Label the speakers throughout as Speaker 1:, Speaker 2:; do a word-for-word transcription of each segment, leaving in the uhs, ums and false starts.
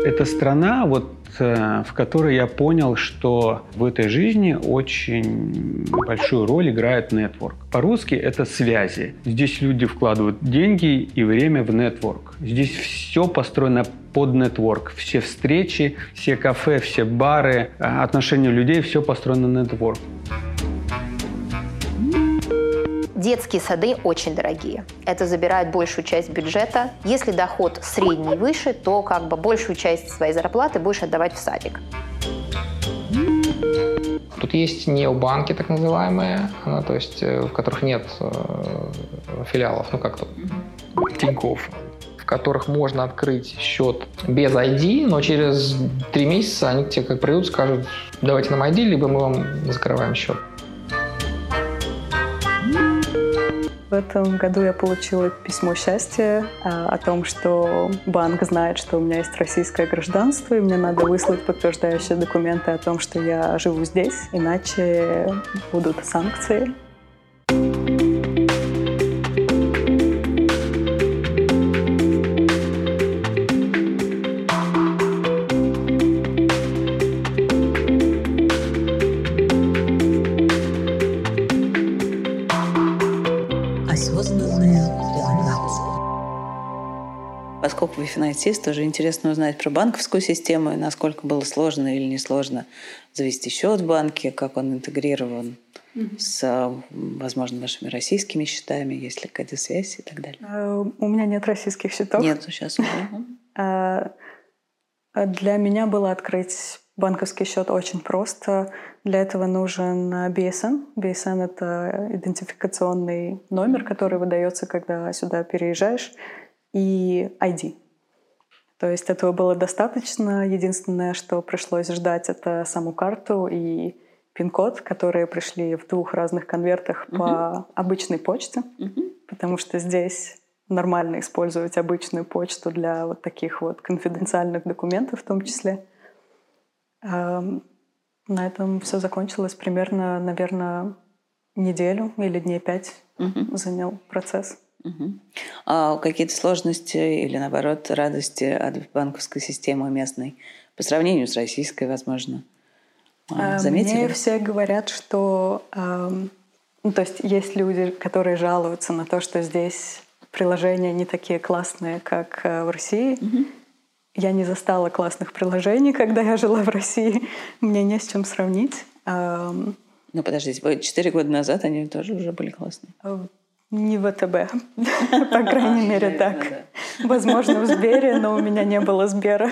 Speaker 1: Это страна, вот, в которой я понял, что в этой жизни очень большую роль играет нетворк. По-русски это связи. Здесь люди вкладывают деньги и время в нетворк. Здесь все построено под нетворк. Все встречи, все кафе, все бары, отношения людей, все построено на нетворк.
Speaker 2: Детские сады очень дорогие. Это забирает большую часть бюджета. Если доход средний и выше, то как бы большую часть своей зарплаты будешь отдавать в садик.
Speaker 3: Тут есть необанки, так называемые, ну, то есть в которых нет э, филиалов, ну как тут, Тинькофф, в которых можно открыть счет без ай ди, но через три месяца они тебе как придут, скажут, давайте нам ай ди, либо мы вам закрываем счет.
Speaker 4: В этом году я получила письмо счастья а, о том, что банк знает, что у меня есть российское гражданство, и мне надо выслать подтверждающие документы о том, что я живу здесь, иначе будут санкции.
Speaker 5: Поскольку вы финансист, тоже интересно узнать про банковскую систему, и насколько было сложно или несложно завести счет в банке, как он интегрирован mm-hmm. с, возможно, вашими российскими счетами, есть ли какая-то связь и так далее.
Speaker 4: Uh, у меня нет российских счетов.
Speaker 5: Нет, сейчас уже.
Speaker 4: Uh, для меня было открыть банковский счет очень просто. Для этого нужен би эс эн. би эс эн — это идентификационный номер, который выдается, когда сюда переезжаешь, и ай ди. То есть этого было достаточно. Единственное, что пришлось ждать, это саму карту и пин-код, которые пришли в двух разных конвертах uh-huh. по обычной почте, uh-huh. потому что здесь нормально использовать обычную почту для вот таких вот конфиденциальных документов в том числе. На этом все закончилось примерно, наверное, неделю или дней пять uh-huh. занял процесс.
Speaker 5: Угу. А какие-то сложности или, наоборот, радости от банковской системы местной по сравнению с российской, возможно, заметили?
Speaker 4: Мне все говорят, что... Э, ну, то есть есть люди, которые жалуются на то, что здесь приложения не такие классные, как в России. Угу. Я не застала классных приложений, когда я жила в России. Мне не с чем сравнить. Э,
Speaker 5: ну, подождите, четыре года назад они тоже уже были классные.
Speaker 4: Не в ВТБ, по крайней мере, так. Возможно, в Сбере, но у меня не было Сбера.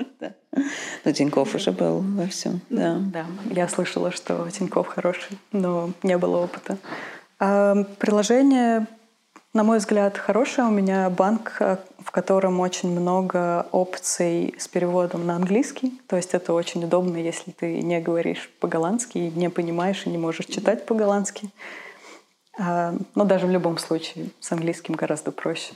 Speaker 5: Но Тинькофф уже был во всем. Да,
Speaker 4: да, я слышала, что Тинькофф хороший, но не было опыта. А приложение, на мой взгляд, хорошее. У меня банк, в котором очень много опций с переводом на английский. То есть это очень удобно, если ты не говоришь по-голландски, не понимаешь и не можешь читать по-голландски. Но даже в любом случае с английским гораздо проще.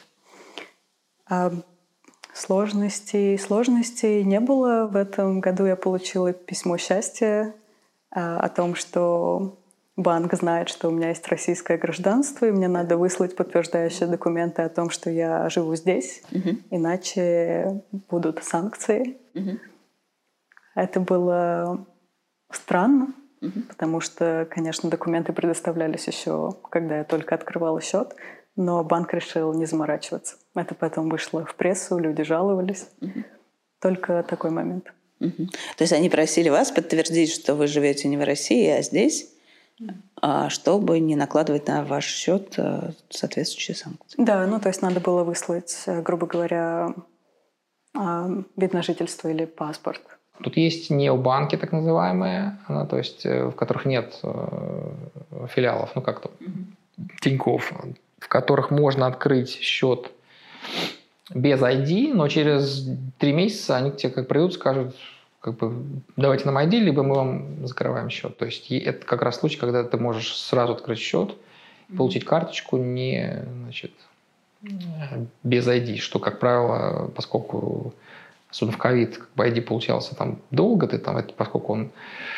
Speaker 4: Сложностей, сложностей не было. В этом году я получила письмо счастья о том, что банк знает, что у меня есть российское гражданство, и мне надо выслать подтверждающие документы о том, что я живу здесь, mm-hmm. иначе будут санкции. Mm-hmm. Это было странно. Uh-huh. Потому что, конечно, документы предоставлялись еще, когда я только открывала счет, но банк решил не заморачиваться. Это потом вышло в прессу, люди жаловались. Uh-huh. Только такой момент.
Speaker 5: Uh-huh. То есть они просили вас подтвердить, что вы живете не в России, а здесь, uh-huh. чтобы не накладывать на ваш счет соответствующие санкции?
Speaker 4: Да, ну то есть надо было выслать, грубо говоря, вид на жительство или паспорт.
Speaker 3: Тут есть необанки, так называемые, ну, то есть в которых нет э, филиалов, ну как-то mm-hmm. Тинькофф, в которых можно открыть счет без ай ди, но через три месяца они к тебе как придут, скажут, как бы, давайте нам ай ди, либо мы вам закрываем счет. То есть это как раз случай, когда ты можешь сразу открыть счет, mm-hmm. получить карточку не, значит, без ай ди, что, как правило, поскольку особенно в ковид, как бы ай ди получался там долго, ты там, это, поскольку он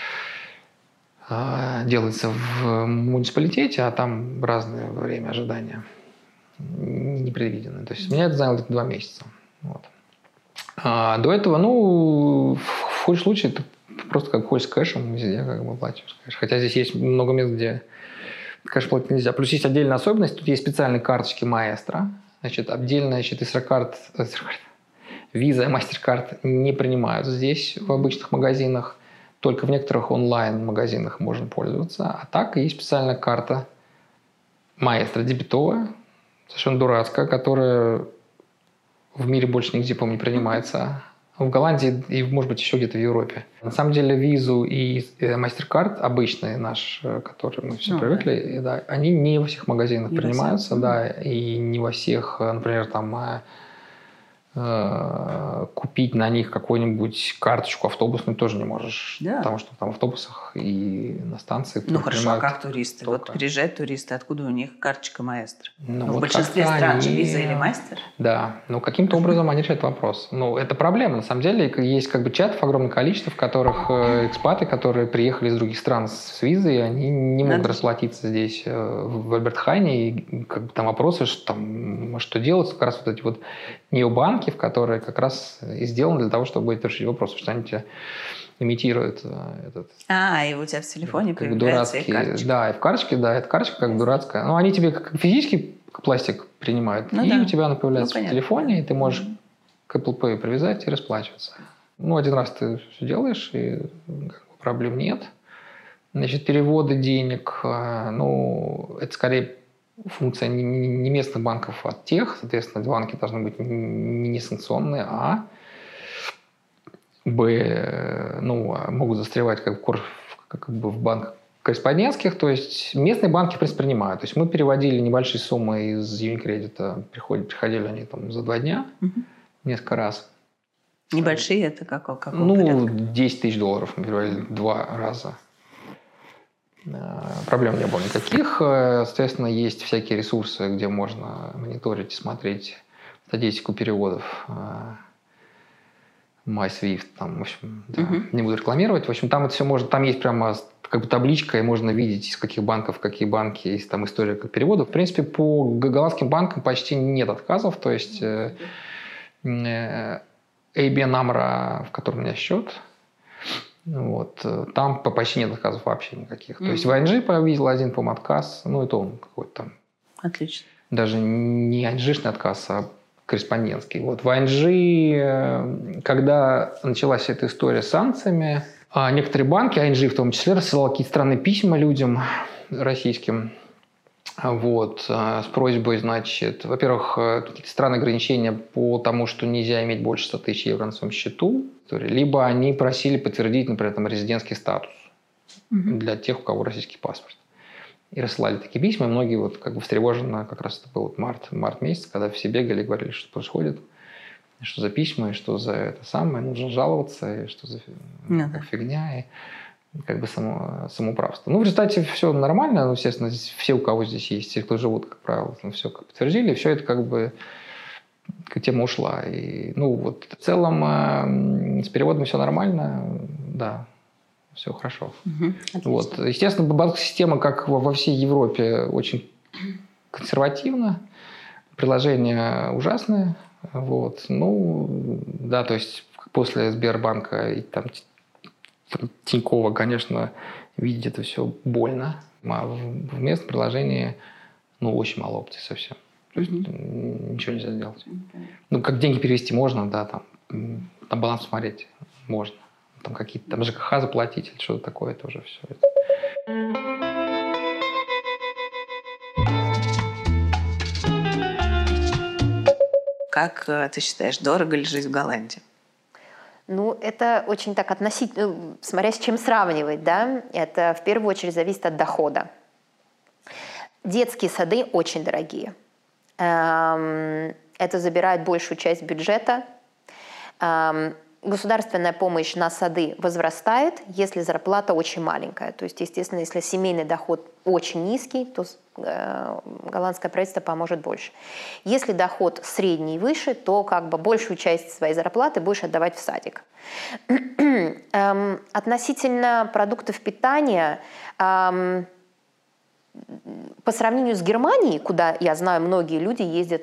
Speaker 3: э, делается в муниципалитете, а там разное время ожидания непредвиденное. То есть меня это заняло два месяца. Вот. А до этого, ну, в худшем случае, ты просто как хочешь с кэшем, везде как бы платишь кэш. Хотя здесь есть много мест, где кэш платить нельзя. Плюс есть отдельная особенность, тут есть специальные карточки Maestro. Значит, отдельная, значит, Isra-карт, Visa и MasterCard не принимают здесь в обычных магазинах. Только в некоторых онлайн-магазинах можно пользоваться. А так есть специальная карта Maestro дебетовая, совершенно дурацкая, которая в мире больше нигде, по-моему, не принимается. В Голландии и, может быть, еще где-то в Европе. На самом деле, визу и MasterCard, обычные наш, которые мы все ну, привыкли, да. Да, они не во всех магазинах не принимаются, всех. Да, и не во всех, например, там э, купить на них какую-нибудь карточку автобусную тоже не можешь, да. Потому что там в автобусах и на станции.
Speaker 5: Ну хорошо, а как туристы? Только. Вот приезжают туристы, откуда у них карточка Маэстро? Ну, ну, вот в большинстве стран они... же виза или мастер?
Speaker 3: Да, но каким-то образом они решают вопрос. Ну, это проблема, на самом деле. Есть как бы чатов огромное количество, в которых экспаты, которые приехали из других стран с визой, они не могут Надо... расплатиться здесь в Альберт-Хайне. И как бы там вопросы, что, там, что делать, как раз вот эти вот необанки, в которые как раз и сделаны для того, чтобы решить вопрос, что они тебя имитируют этот...
Speaker 5: А, и у тебя в телефоне как появляются
Speaker 3: дурацкие, карточки. Да, и в карточке, да, эта карточка как дурацкая. Ну, они тебе как физически пластик принимают, ну, и да. У тебя она появляется ну, в телефоне, и ты можешь mm-hmm. к Apple Pay привязать и расплачиваться. Ну, один раз ты все делаешь, и как бы, проблем нет. Значит, переводы денег, ну, это скорее функция не местных банков, а тех. Соответственно, банки должны быть не санкционные, а б, ну, могут застревать как, как бы в банках корреспондентских. То есть местные банки, в принципе, принимают. То есть мы переводили небольшие суммы из Unicredit, приходили они там за два дня угу. несколько раз.
Speaker 5: Небольшие это какого, какого
Speaker 3: Ну,
Speaker 5: порядка?
Speaker 3: десять тысяч долларов мы переводили два раза. Проблем не было никаких. Соответственно, есть всякие ресурсы, где можно мониторить и смотреть статистику переводов. MySwift, там, в общем, да, uh-huh. не буду рекламировать. В общем, там это все можно, там есть прямо как бы табличка, и можно видеть, из каких банков, какие банки, есть там история как переводов. В принципе, по голландским банкам почти нет отказов. То есть э, э, эй би эн AMRO, в котором у меня счет, вот, там почти нет отказов вообще никаких. Mm-hmm. То есть в ай эн джи повидел один, по-моему, отказ, ну, это он какой-то там.
Speaker 5: Отлично.
Speaker 3: Даже не ай эн джи-шный отказ, а корреспондентский. Вот в ай эн джи, когда началась эта история с санкциями, некоторые банки, ай эн джи в том числе, рассылал какие-то странные письма людям российским, вот, с просьбой, значит, во-первых, какие-то странные ограничения по тому, что нельзя иметь больше ста тысяч евро на своем счету, либо они просили подтвердить, например, там, резидентский статус mm-hmm. для тех, у кого российский паспорт. И рассылали такие письма, и многие вот как бы встревоженно, как раз это был вот март, март месяц, когда все бегали и говорили, что происходит, что за письма, и что за это самое, нужно жаловаться, и что за mm-hmm. как фигня, и как бы само, самоуправство. Ну, в результате все нормально, ну, естественно, здесь все, у кого здесь есть, все, кто живут, как правило, ну, все как подтвердили, и все это как бы тема ушла. И, ну, вот в целом э, с переводом все нормально, да. Все хорошо. Угу, вот. Естественно, банковская система, как во всей Европе, очень консервативна. Приложения ужасные. Вот. Ну, да, то есть после Сбербанка и там Тинькова, конечно, видеть это все больно. А в местном приложении, ну, очень мало опций совсем. То есть mm-hmm. ничего нельзя сделать. Okay. Ну, как деньги перевести можно, да, там, там баланс смотреть можно. Там какие-то, там ЖКХ заплатить или что-то такое, это уже все.
Speaker 5: Как ты считаешь, дорого ли жить в Голландии?
Speaker 2: Ну, это очень так относительно, смотря с чем сравнивать, да, это в первую очередь зависит от дохода. Детские сады очень дорогие. Это забирает большую часть бюджета. Государственная помощь на сады возрастает, если зарплата очень маленькая. То есть, естественно, если семейный доход очень низкий, то голландское правительство поможет больше. Если доход средний и выше, то как бы большую часть своей зарплаты будешь отдавать в садик. Относительно продуктов питания, по сравнению с Германией, куда, я знаю, многие люди ездят вот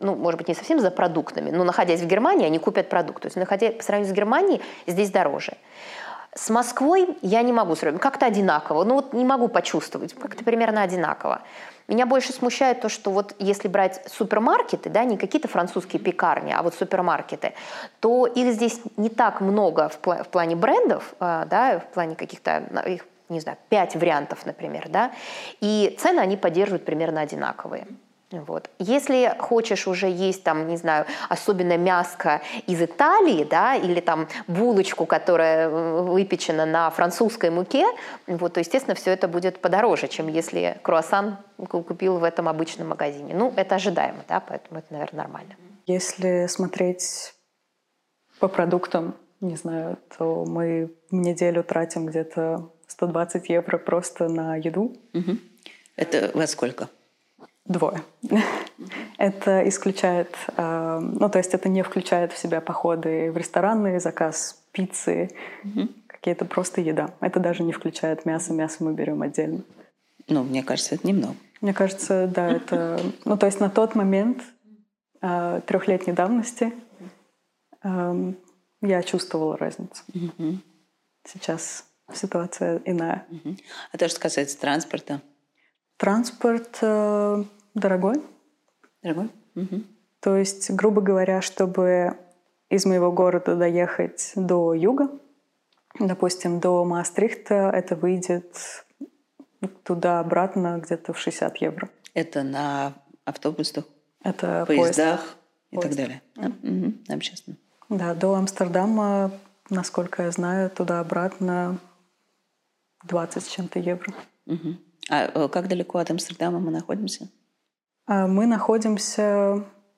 Speaker 2: ну, может быть, не совсем за продуктами, но находясь в Германии, они купят продукт. То есть, находясь по сравнению с Германией, здесь дороже. С Москвой я не могу сравнивать. Как-то одинаково. Ну, вот не могу почувствовать. Как-то примерно одинаково. Меня больше смущает то, что вот если брать супермаркеты, да, не какие-то французские пекарни, а вот супермаркеты, то их здесь не так много в, пла- в плане брендов, э, да, в плане каких-то, их, не знаю, пять вариантов, например, да, и цены они поддерживают примерно одинаковые. Вот. Если хочешь уже есть там, не знаю, особенно мяско из Италии, да, или там булочку, которая выпечена на французской муке, вот, то, естественно, все это будет подороже, чем если круассан купил в этом обычном магазине. Ну, это ожидаемо, да, поэтому это, наверное, нормально.
Speaker 4: Если смотреть по продуктам, не знаю, то мы в неделю тратим где-то сто двадцать евро просто на еду.
Speaker 5: Угу. Это во сколько?
Speaker 4: Двое. Это исключает, э, ну, то есть это не включает в себя походы в рестораны, заказ пиццы,
Speaker 5: угу.
Speaker 4: какие-то просто еда. Это даже не включает мясо. Мясо мы берем отдельно.
Speaker 5: Ну, мне кажется, это немного.
Speaker 4: Мне кажется, да, это... Ну, то есть на тот момент э, трехлетней давности э, я чувствовала разницу.
Speaker 5: Угу.
Speaker 4: Сейчас ситуация иная.
Speaker 5: Угу. А то, что касается транспорта?
Speaker 4: Транспорт э, дорогой.
Speaker 5: Дорогой? Угу.
Speaker 4: То есть, грубо говоря, чтобы из моего города доехать до юга, допустим, до Маастрихта, это выйдет туда-обратно где-то в шестьдесят евро.
Speaker 5: Это на автобусах,
Speaker 4: это
Speaker 5: поездах
Speaker 4: поезд.
Speaker 5: и
Speaker 4: поезд.
Speaker 5: так далее?
Speaker 4: Mm.
Speaker 5: Угу. Общественно.
Speaker 4: Да, до Амстердама, насколько я знаю, туда-обратно двадцать с чем-то евро.
Speaker 5: Угу. А как далеко от Амстердама мы находимся?
Speaker 4: Мы находимся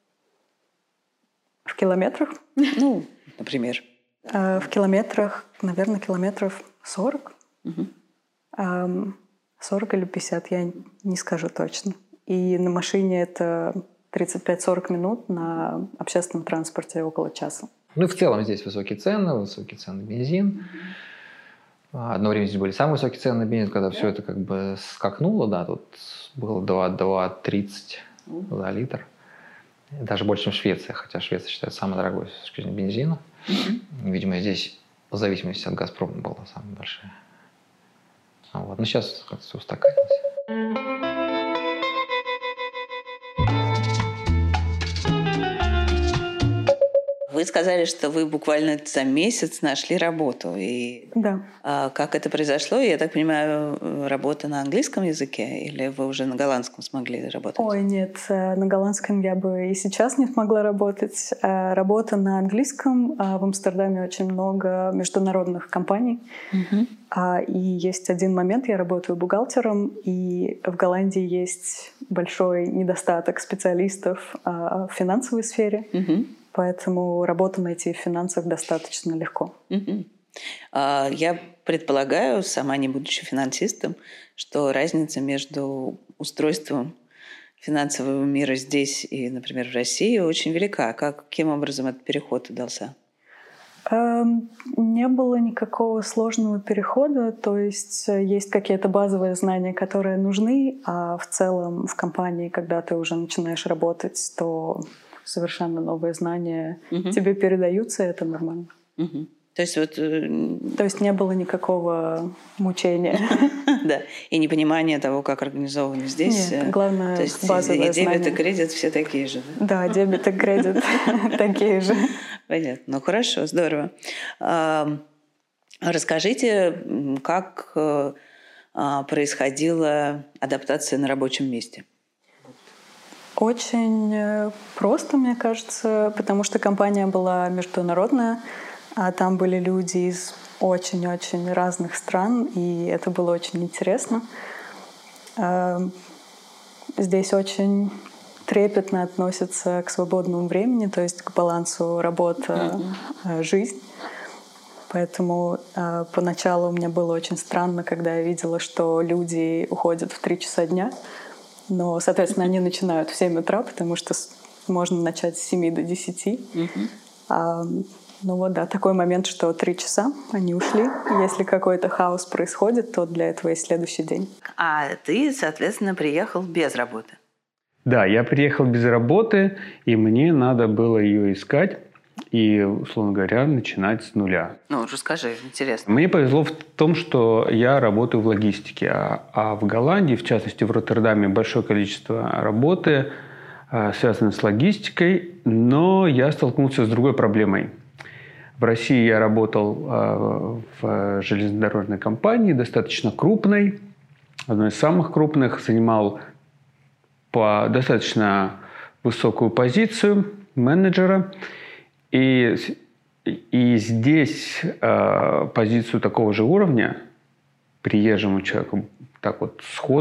Speaker 4: в километрах.
Speaker 5: Ну, например.
Speaker 4: В километрах, наверное, километров сорок.
Speaker 5: Угу.
Speaker 4: сорок или пятьдесят, я не скажу точно. И на машине это тридцать пять сорок минут, на общественном транспорте около часа.
Speaker 3: Ну и в целом здесь высокие цены, высокие цены на бензин. Одно время здесь были самые высокие цены на бензин, когда все это как бы скакнуло, да, тут было два тридцать за литр. Даже больше, чем в Швеции, хотя Швеция считается самой дорогой с точки зрения бензина. Mm-hmm. Видимо, здесь в зависимости от «Газпрома» была самая большая. Вот. Но сейчас как-то все устаканилось.
Speaker 5: Вы сказали, что вы буквально за месяц нашли работу. И
Speaker 4: да.
Speaker 5: А как это произошло? Я так понимаю, работа на английском языке или вы уже на голландском смогли работать?
Speaker 4: Ой, нет, на голландском я бы и сейчас не смогла работать. Работа на английском. В Амстердаме очень много международных компаний.
Speaker 5: Угу.
Speaker 4: И есть один момент, я работаю бухгалтером, и в Голландии есть большой недостаток специалистов в финансовой сфере.
Speaker 5: Угу.
Speaker 4: Поэтому работу найти в финансах достаточно легко.
Speaker 5: Угу. А, я предполагаю, сама не будучи финансистом, что разница между устройством финансового мира здесь и, например, в России очень велика. Как, каким образом этот переход удался?
Speaker 4: Эм, не было никакого сложного перехода, то есть есть какие-то базовые знания, которые нужны, а в целом в компании, когда ты уже начинаешь работать, то совершенно новые знания угу. тебе передаются, и это нормально.
Speaker 5: Угу. То есть вот...
Speaker 4: То есть не было никакого мучения.
Speaker 5: Да, и непонимания того, как организовано здесь.
Speaker 4: Нет, главное, базовые знания.
Speaker 5: И дебет, и кредит все такие же.
Speaker 4: Да, дебет и кредит такие же.
Speaker 5: Понятно. Ну хорошо, здорово. Расскажите, как происходила адаптация на рабочем месте?
Speaker 4: Очень просто, мне кажется, потому что компания была международная, а там были люди из очень-очень разных стран, и это было очень интересно. Здесь очень трепетно относятся к свободному времени, то есть к балансу работа-жизнь. Поэтому поначалу мне было очень странно, когда я видела, что люди уходят в три часа дня. Но, соответственно, они начинают в семь утра, потому что можно начать с семи до десяти.
Speaker 5: Mm-hmm.
Speaker 4: А, ну вот, да, такой момент, что три часа они ушли. Если какой-то хаос происходит, то для этого есть следующий день.
Speaker 5: А ты, соответственно, приехал без работы?
Speaker 1: Да, я приехал без работы, и мне надо было ее искать и, условно говоря, начинать с нуля.
Speaker 5: Ну, расскажи, интересно.
Speaker 1: Мне повезло в том, что я работаю в логистике, а, а в Голландии, в частности в Роттердаме, большое количество работы а, связано с логистикой, но я столкнулся с другой проблемой. В России я работал а, в железнодорожной компании, достаточно крупной, одной из самых крупных, занимал по достаточно высокую позицию менеджера. И, и здесь э, позицию такого же уровня приезжему человеку так вот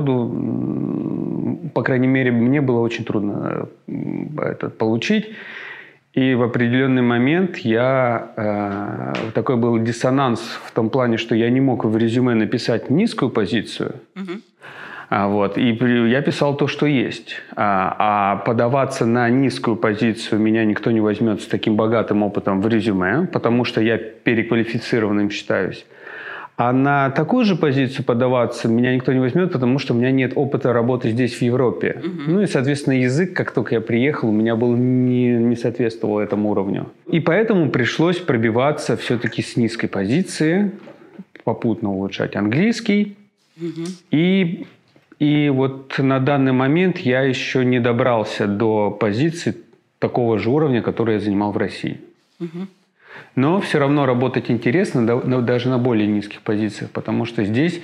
Speaker 1: сходу, по крайней мере, мне было очень трудно это получить. И в определенный момент я... Э, такой был диссонанс в том плане, что я не мог в резюме написать низкую позицию. Mm-hmm. А, вот, и я писал то, что есть. А, а подаваться на низкую позицию меня никто не возьмет с таким богатым опытом в резюме, потому что я переквалифицированным считаюсь. А на такую же позицию подаваться меня никто не возьмет, потому что у меня нет опыта работы здесь, в Европе. Mm-hmm. Ну и, соответственно, язык, как только я приехал, у меня был не, не соответствовал этому уровню. И поэтому пришлось пробиваться все-таки с низкой позиции, попутно улучшать английский. Mm-hmm. И... И вот на данный момент я еще не добрался до позиции такого же уровня, который я занимал в России. Угу. Но все равно работать интересно, даже на более низких позициях, потому что здесь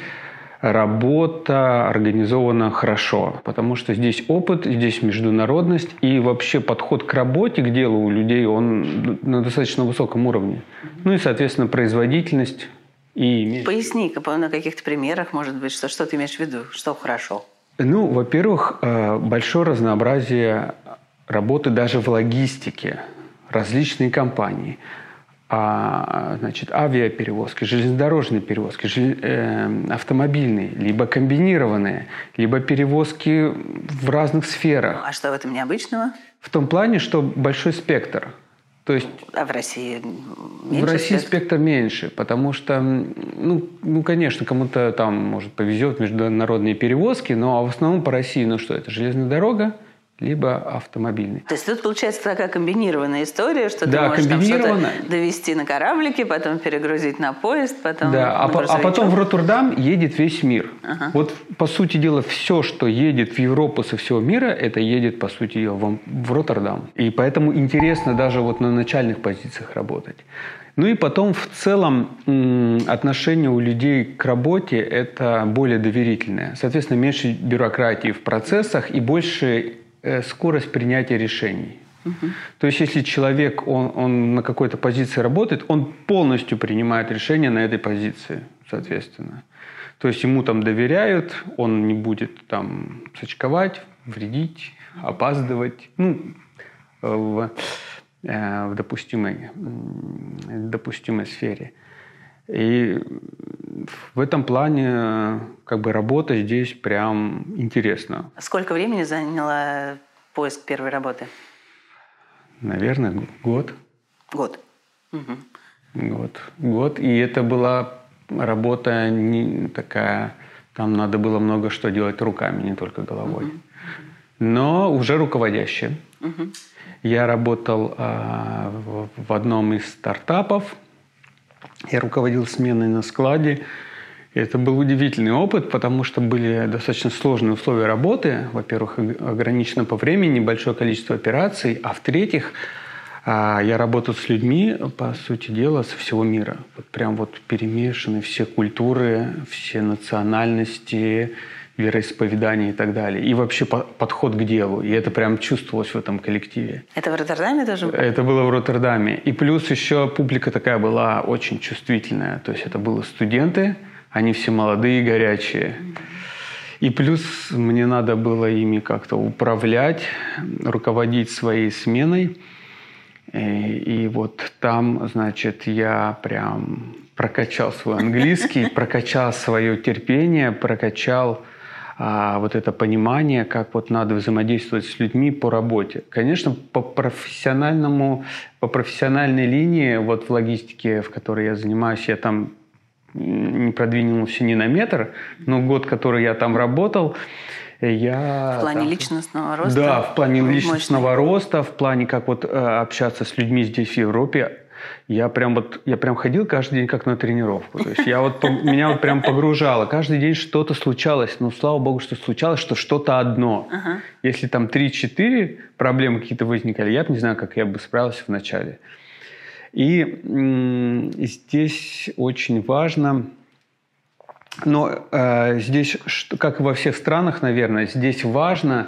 Speaker 1: работа организована хорошо, потому что здесь опыт, здесь международность и вообще подход к работе, к делу у людей, он на достаточно высоком уровне. Ну и, соответственно, производительность. И...
Speaker 5: Поясни-ка на каких-то примерах, может быть, что, что ты имеешь в виду, что хорошо?
Speaker 1: Ну, во-первых, большое разнообразие работы даже в логистике, различные компании, а, значит, авиаперевозки, железнодорожные перевозки, жел... э, автомобильные, либо комбинированные, либо перевозки в разных сферах.
Speaker 5: А что в этом необычного?
Speaker 1: В том плане, что большой спектр. То есть,
Speaker 5: а в России меньше?
Speaker 1: В России
Speaker 5: спектр?
Speaker 1: спектр меньше, потому что, ну, ну, конечно, кому-то там, может, повезет международные перевозки, но в основном по России, ну что, это железная дорога, либо автомобильный.
Speaker 5: То есть тут получается такая комбинированная история, что
Speaker 1: да,
Speaker 5: ты можешь там
Speaker 1: что-то
Speaker 5: довести на кораблике, потом перегрузить на поезд, потом
Speaker 1: да, а, а потом в Роттердам едет весь мир.
Speaker 5: Ага.
Speaker 1: Вот, по сути дела, все, что едет в Европу со всего мира, это едет, по сути дела, в, в Роттердам. И поэтому интересно даже вот на начальных позициях работать. Ну и потом, в целом, отношение у людей к работе – это более доверительное. Соответственно, меньше бюрократии в процессах и больше скорость принятия решений. Uh-huh. То есть, если человек он, он на какой-то позиции работает, он полностью принимает решение на этой позиции, соответственно. То есть, ему там доверяют, он не будет там сочковать, вредить, опаздывать, ну, в, в допустимой, допустимой сфере. И в этом плане как бы работа здесь прям интересна.
Speaker 5: Сколько времени заняла поиск первой работы?
Speaker 1: Наверное, год.
Speaker 5: Год. Угу.
Speaker 1: Год. Год. И это была работа не такая, там надо было много что делать руками, не только головой. Угу. Но уже руководящая. Угу. Я работал а, в, в одном из стартапов. Я руководил сменой на складе. И это был удивительный опыт, потому что были достаточно сложные условия работы. Во-первых, ограничено по времени, небольшое количество операций. А в-третьих, я работал с людьми, по сути дела, со всего мира. Вот прям вот перемешаны все культуры, все национальности, вероисповедания и так далее. И вообще подход к делу. И это прям чувствовалось в этом коллективе.
Speaker 5: Это в Роттердаме тоже было?
Speaker 1: Это было в Роттердаме. И плюс еще публика такая была очень чувствительная. То есть это были студенты, они все молодые, горячие. И плюс мне надо было ими как-то управлять, руководить своей сменой. И, и вот там, значит, я прям прокачал свой английский, прокачал свое терпение, прокачал а, вот это понимание, как вот надо взаимодействовать с людьми по работе. Конечно, по профессиональному, по профессиональной линии, вот в логистике, в которой я занимаюсь, я там не продвинулся ни на метр, но год, который я там работал, Я,
Speaker 5: в плане
Speaker 1: там,
Speaker 5: личностного роста?
Speaker 1: Да, в плане
Speaker 5: мощный.
Speaker 1: личностного роста, в плане как вот общаться с людьми здесь, в Европе. Я прям вот, я прям ходил каждый день как на тренировку. То есть я вот, меня вот прям погружало. Каждый день что-то случалось. Но слава богу, что случалось, что что-то одно. Uh-huh. Если там три-четыре проблемы какие-то возникали, я бы не знаю, как я бы справился вначале. И м- здесь очень важно... Но э, здесь, как и во всех странах, наверное, здесь важно...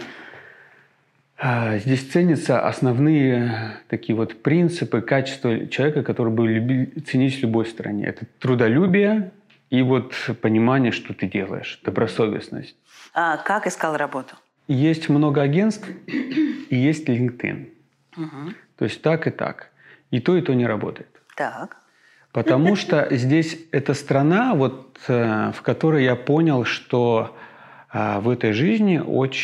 Speaker 1: Здесь ценятся основные такие вот принципы, качества человека, которые бы люби, ценить в любой стране. Это трудолюбие и вот понимание, что ты делаешь, добросовестность.
Speaker 5: А как искал работу?
Speaker 1: Есть много агентств и есть LinkedIn. Угу. То есть так и так. И то, и то не работает.
Speaker 5: Так.
Speaker 1: Потому что здесь эта страна, вот, в которой я понял, что... в этой жизни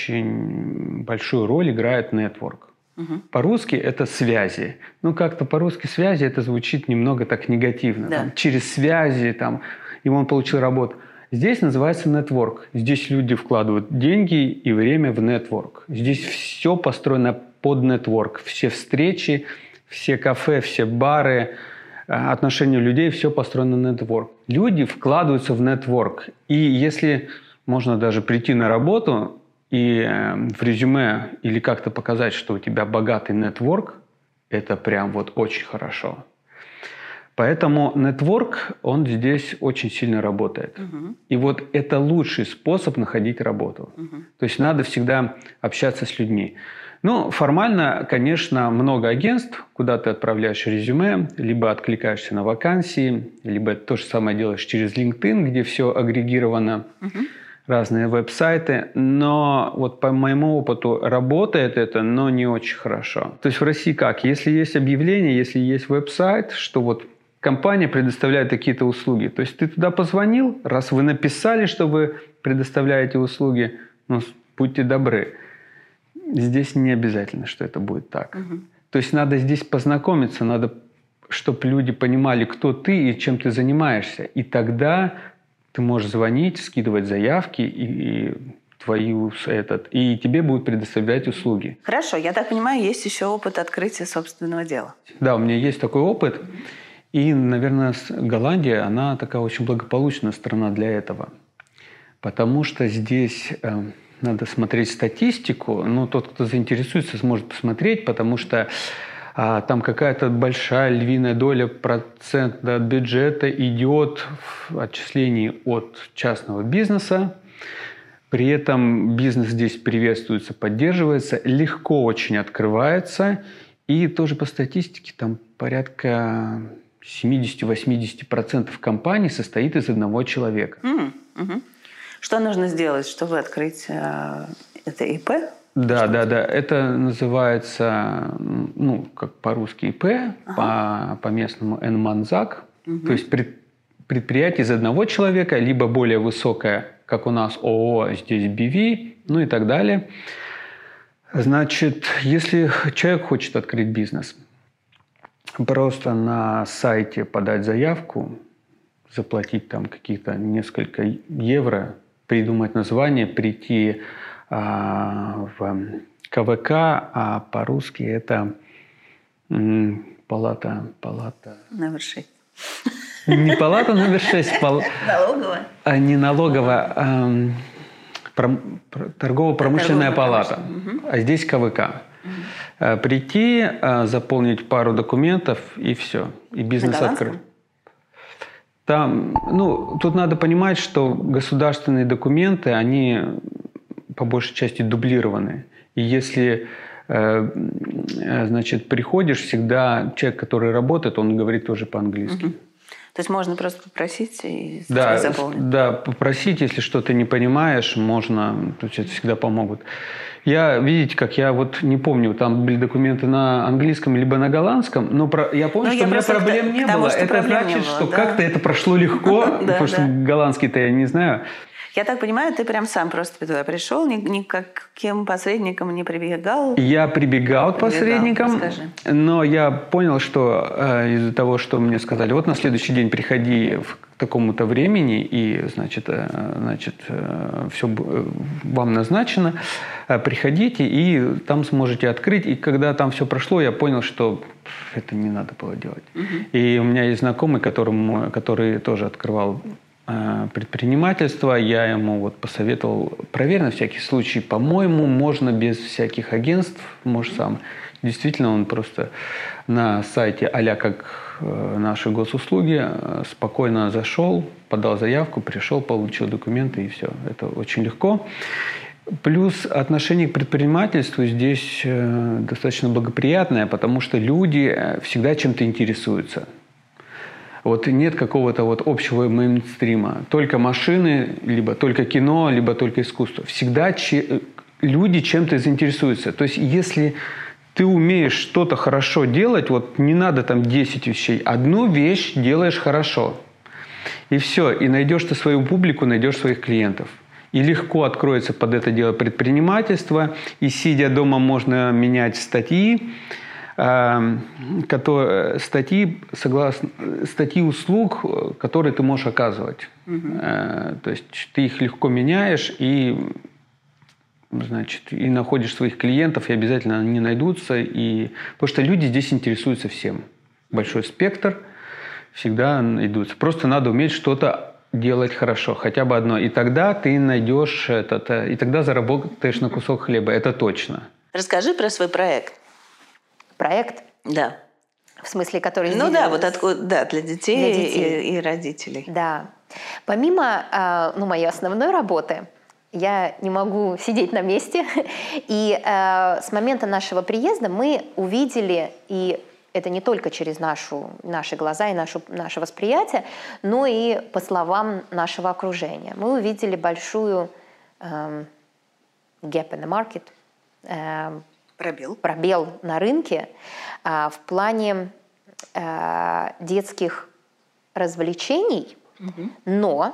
Speaker 1: очень большую роль играет нетворк. Угу. По-русски это связи. Ну, как-то по-русски связи это звучит немного так негативно. Да. Там, через связи, там, и он получил работу. Здесь называется нетворк. Здесь люди вкладывают деньги и время в нетворк. Здесь все построено под нетворк. Все встречи, все кафе, все бары, отношения людей, все построено на нетворк. Люди вкладываются в нетворк. И если... Можно даже прийти на работу и в резюме или как-то показать, что у тебя богатый нетворк. Это прям вот очень хорошо. Поэтому нетворк, он здесь очень сильно работает. Угу. И вот это лучший способ находить работу. Угу. То есть надо всегда общаться с людьми. Ну, формально, конечно, много агентств, куда ты отправляешь резюме, либо откликаешься на вакансии, либо то же самое делаешь через LinkedIn, где все агрегировано. Угу. Разные веб-сайты, но вот по моему опыту работает это, но не очень хорошо. То есть в России как? Если есть объявление, если есть веб-сайт, что вот компания предоставляет какие-то услуги, то есть ты туда позвонил, раз вы написали, что вы предоставляете услуги, ну, будьте добры. Здесь не обязательно, что это будет так. Угу. То есть надо здесь познакомиться, надо, чтобы люди понимали, кто ты и чем ты занимаешься, и тогда... Ты можешь звонить, скидывать заявки и, и твои этот, и тебе будут предоставлять услуги.
Speaker 5: Хорошо, я так понимаю, есть еще опыт открытия собственного дела.
Speaker 1: Да, у меня есть такой опыт. И, наверное, Голландия, она такая очень благополучная страна для этого. Потому что здесь э, надо смотреть статистику. Ну, тот, кто заинтересуется, сможет посмотреть, потому что а там какая-то большая львиная доля процента от бюджета идет в отчислении от частного бизнеса. При этом бизнес здесь приветствуется, поддерживается, легко очень открывается. И тоже по статистике там порядка семьдесят-восемьдесят процентов компаний состоит из одного человека.
Speaker 5: Mm, угу. Что нужно сделать, чтобы открыть э, это ИП?
Speaker 1: Да, да, да. Это называется, ну, как по-русски ИП, ага. по, по-местному Энманзак. Угу. То есть пред, предприятие из одного человека, либо более высокое, как у нас ООО, здесь би ви, ну и так далее. Значит, если человек хочет открыть бизнес, просто на сайте подать заявку, заплатить там какие-то несколько евро, придумать название, прийти в ка вэ ка, а по-русски это м, палата, палата...
Speaker 5: Номер шесть.
Speaker 1: Не палата номер шесть, пал...
Speaker 5: налоговая?
Speaker 1: А не налоговая, а пром... торгово-промышленная палата. Угу. А здесь ка вэ ка. Угу. Прийти, заполнить пару документов и все. И бизнес открыт. Там, ну, тут надо понимать, что государственные документы, они... по большей части дублированы. И если, э, значит, приходишь, всегда человек, который работает, он говорит тоже по-английски. Угу.
Speaker 5: То есть можно просто попросить и
Speaker 1: да,
Speaker 5: заполнить?
Speaker 1: Да, попросить, если что-то не понимаешь, можно, то есть это всегда помогут. Я, видите, как я вот не помню, там были документы на английском либо на голландском, но про, я помню, но что я у меня проблем к, не к тому, было. Это значит, было, что да? Как-то это прошло легко, потому что голландский-то я не знаю.
Speaker 5: Я так понимаю, ты прям сам просто туда пришел, ни, ни к каким посредникам не прибегал?
Speaker 1: Я прибегал к посредникам,
Speaker 5: Расскажи.
Speaker 1: но я понял, что э, из-за того, что мне сказали, вот на следующий день приходи в такому-то времени, и, значит, э, значит э, все вам назначено, э, приходите, и там сможете открыть. И когда там все прошло, я понял, что это не надо было делать. Угу. И у меня есть знакомый, которому, который тоже открывал предпринимательства, я ему вот посоветовал, проверь на всякий случай, по-моему, можно без всяких агентств, можешь сам. Действительно, он просто на сайте а-ля как наши госуслуги спокойно зашел, подал заявку, пришел, получил документы, и все. Это очень легко. Плюс отношение к предпринимательству здесь достаточно благоприятное, потому что люди всегда чем-то интересуются. Вот нет какого-то вот общего мейнстрима. Только машины, либо только кино, либо только искусство. Всегда че- люди чем-то заинтересуются. То есть если ты умеешь что-то хорошо делать, вот не надо там десять вещей. Одну вещь делаешь хорошо. И все. И найдешь ты свою публику, найдешь своих клиентов. И легко откроется под это дело предпринимательство. И сидя дома можно менять статьи. Которые, статьи, согласно, статьи услуг, которые ты можешь оказывать. Угу. То есть ты их легко меняешь и, значит, и находишь своих клиентов, и обязательно они найдутся. И... Потому что люди здесь интересуются всем. Большой спектр всегда найдутся. Просто надо уметь что-то делать хорошо, хотя бы одно. И тогда ты найдешь этот, и тогда заработаешь на кусок хлеба. Это точно.
Speaker 5: Расскажи про свой проект.
Speaker 2: Проект?
Speaker 5: Да.
Speaker 2: В смысле, который...
Speaker 5: Ну да, вот откуда, да, для детей,
Speaker 2: для детей.
Speaker 5: И, и родителей.
Speaker 2: Да. Помимо ну, моей основной работы, я не могу сидеть на месте. И э, с момента нашего приезда мы увидели, и это не только через нашу, наши глаза и нашу, наше восприятие, но и по словам нашего окружения. Мы увидели большую э, gap in the market, э,
Speaker 5: Пробел.
Speaker 2: Пробел на рынке а, в плане а, детских развлечений, угу. но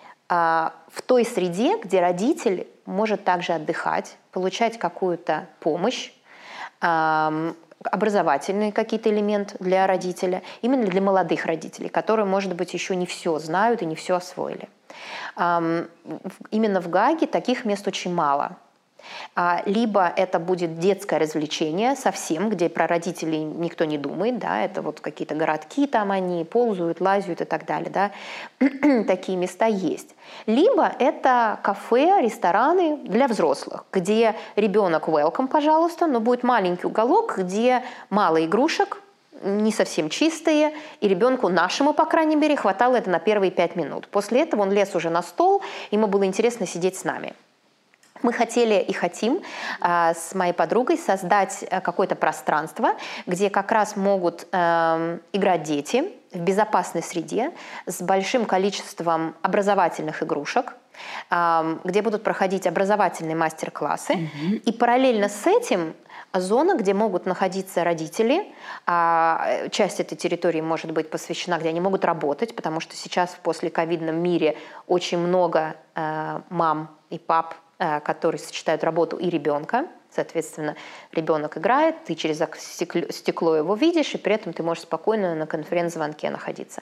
Speaker 2: а, в той среде, где родитель может также отдыхать, получать какую-то помощь, а, образовательный какие-то элементы для родителя, именно для молодых родителей, которые, может быть, еще не все знают и не все освоили. А, именно в Гааге таких мест очень мало. Либо это будет детское развлечение совсем, где про родителей никто не думает, да, это вот какие-то городки, там они ползают, лазят и так далее, да, такие места есть. Либо это кафе, рестораны для взрослых, где ребенок welcome, пожалуйста, но будет маленький уголок, где мало игрушек, не совсем чистые, и ребенку нашему, по крайней мере, хватало это на первые пять минут. После этого он лез уже на стол, ему было интересно сидеть с нами. Мы хотели и хотим э, с моей подругой создать какое-то пространство, где как раз могут э, играть дети в безопасной среде с большим количеством образовательных игрушек, э, где будут проходить образовательные мастер-классы. Mm-hmm. И параллельно с этим зона, где могут находиться родители. А часть этой территории может быть посвящена, где они могут работать, потому что сейчас в послековидном мире очень много э, мам и пап, которые сочетают работу и ребенка. Соответственно, ребенок играет, ты через стекло его видишь, и при этом ты можешь спокойно на конференц-звонке находиться.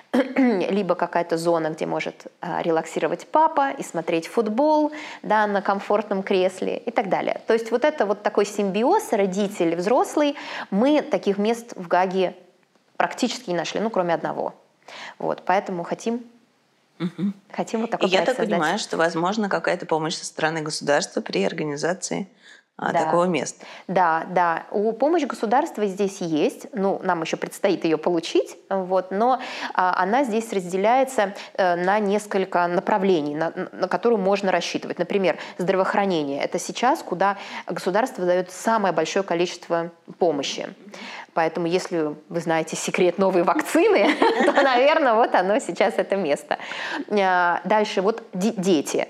Speaker 2: Либо какая-то зона, где может релаксировать папа и смотреть футбол, да, на комфортном кресле и так далее. То есть вот это вот такой симбиоз родитель, взрослый. Мы таких мест в Гааге практически не нашли, ну, кроме одного. Вот, поэтому хотим
Speaker 5: Угу.
Speaker 2: Хотим вот такой
Speaker 5: И я так
Speaker 2: создать.
Speaker 5: понимаю, что возможно какая-то помощь со стороны государства при организации а,
Speaker 2: да.
Speaker 5: такого места.
Speaker 2: Да, да. У помощи государства здесь есть. Ну, нам еще предстоит ее получить, вот, но а, она здесь разделяется а, на несколько направлений, на, на которые можно рассчитывать. Например, здравоохранение. Это сейчас, куда государство дает самое большое количество помощи. Поэтому, если вы знаете секрет новой вакцины, то, наверное, вот оно сейчас, это место. Дальше, вот дети.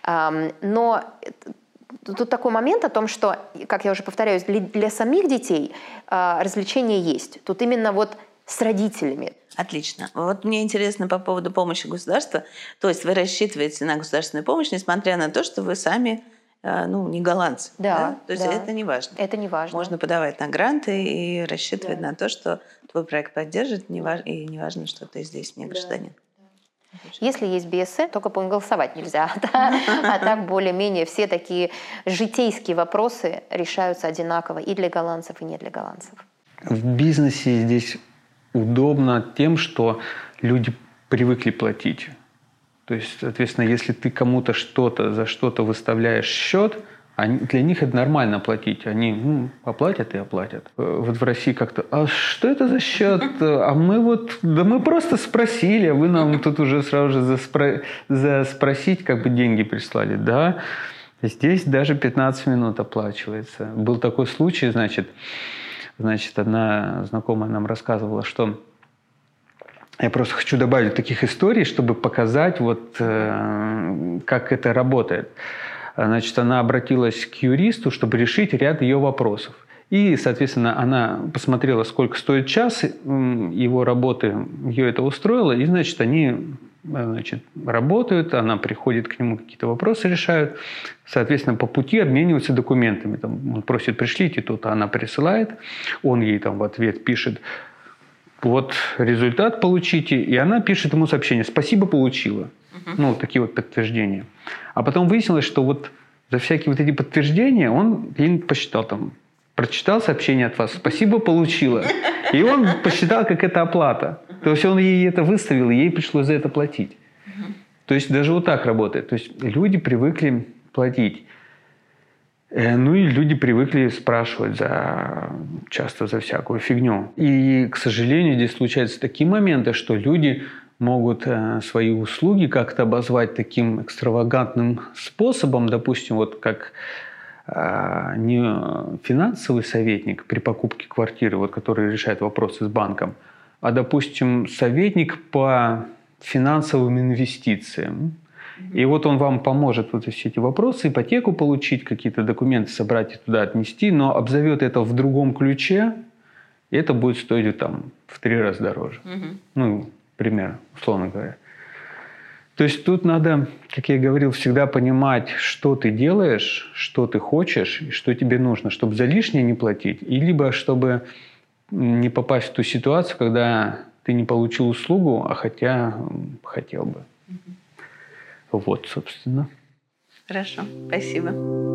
Speaker 2: Но тут такой момент о том, что, как я уже повторяюсь, для самих детей развлечения есть. Тут именно вот с родителями.
Speaker 5: Отлично. Вот мне интересно по поводу помощи государства. То есть вы рассчитываете на государственную помощь, несмотря на то, что вы сами ну, не голландцы.
Speaker 2: Да,
Speaker 5: да? То есть
Speaker 2: да.
Speaker 5: это не важно.
Speaker 2: Это не важно.
Speaker 5: Можно подавать на гранты и рассчитывать
Speaker 2: Да.
Speaker 5: на то, что твой проект поддержит, не важ... и не важно, что ты здесь не гражданин.
Speaker 2: Да. Если есть би эс эн, только по нему голосовать нельзя. А так более-менее все такие житейские вопросы решаются одинаково и для голландцев, и не для голландцев.
Speaker 1: В бизнесе здесь удобно тем, что люди привыкли платить. То есть, соответственно, если ты кому-то что-то за что-то выставляешь счет, они, для них это нормально платить. Они ну, оплатят и оплатят. Вот в России как-то, а что это за счет? А мы вот, да мы просто спросили, а вы нам тут уже сразу же заспро... заспросить, как бы деньги прислали. Да, здесь даже пятнадцать минут оплачивается. Был такой случай, значит, значит, одна знакомая нам рассказывала, что я просто хочу добавить таких историй, чтобы показать, вот, э, как это работает. Значит, она обратилась к юристу, чтобы решить ряд ее вопросов. И, соответственно, она посмотрела, сколько стоит час его работы, ее это устроило. И, значит, они значит, работают, она приходит к нему, какие-то вопросы решают. Соответственно, по пути обмениваются документами. Там, он просит, пришлите тут, а она присылает. Он ей там в ответ пишет, вот результат получите, и она пишет ему сообщение «Спасибо, получила». Uh-huh. Ну, такие вот подтверждения. А потом выяснилось, что вот за всякие вот эти подтверждения он ей посчитал там, прочитал сообщение от вас «Спасибо, получила». И он посчитал, как это оплата. То есть он ей это выставил, и ей пришлось за это платить. Uh-huh. То есть даже вот так работает. То есть люди привыкли платить. Ну и люди привыкли спрашивать за, часто за всякую фигню. И, к сожалению, здесь случаются такие моменты, что люди могут свои услуги как-то обозвать таким экстравагантным способом, допустим, вот как не финансовый советник при покупке квартиры, вот, который решает вопросы с банком, а, допустим, советник по финансовым инвестициям. И вот он вам поможет вот все эти вопросы, ипотеку получить, какие-то документы собрать и туда отнести, но обзовет это в другом ключе, и это будет стоить там в три раза дороже. Угу. Ну, примерно, условно говоря. То есть тут надо, как я говорил, всегда понимать, что ты делаешь, что ты хочешь, и что тебе нужно, чтобы за лишнее не платить, и либо чтобы не попасть в ту ситуацию, когда ты не получил услугу, а хотя хотел бы. Вот, собственно.
Speaker 5: Хорошо, спасибо.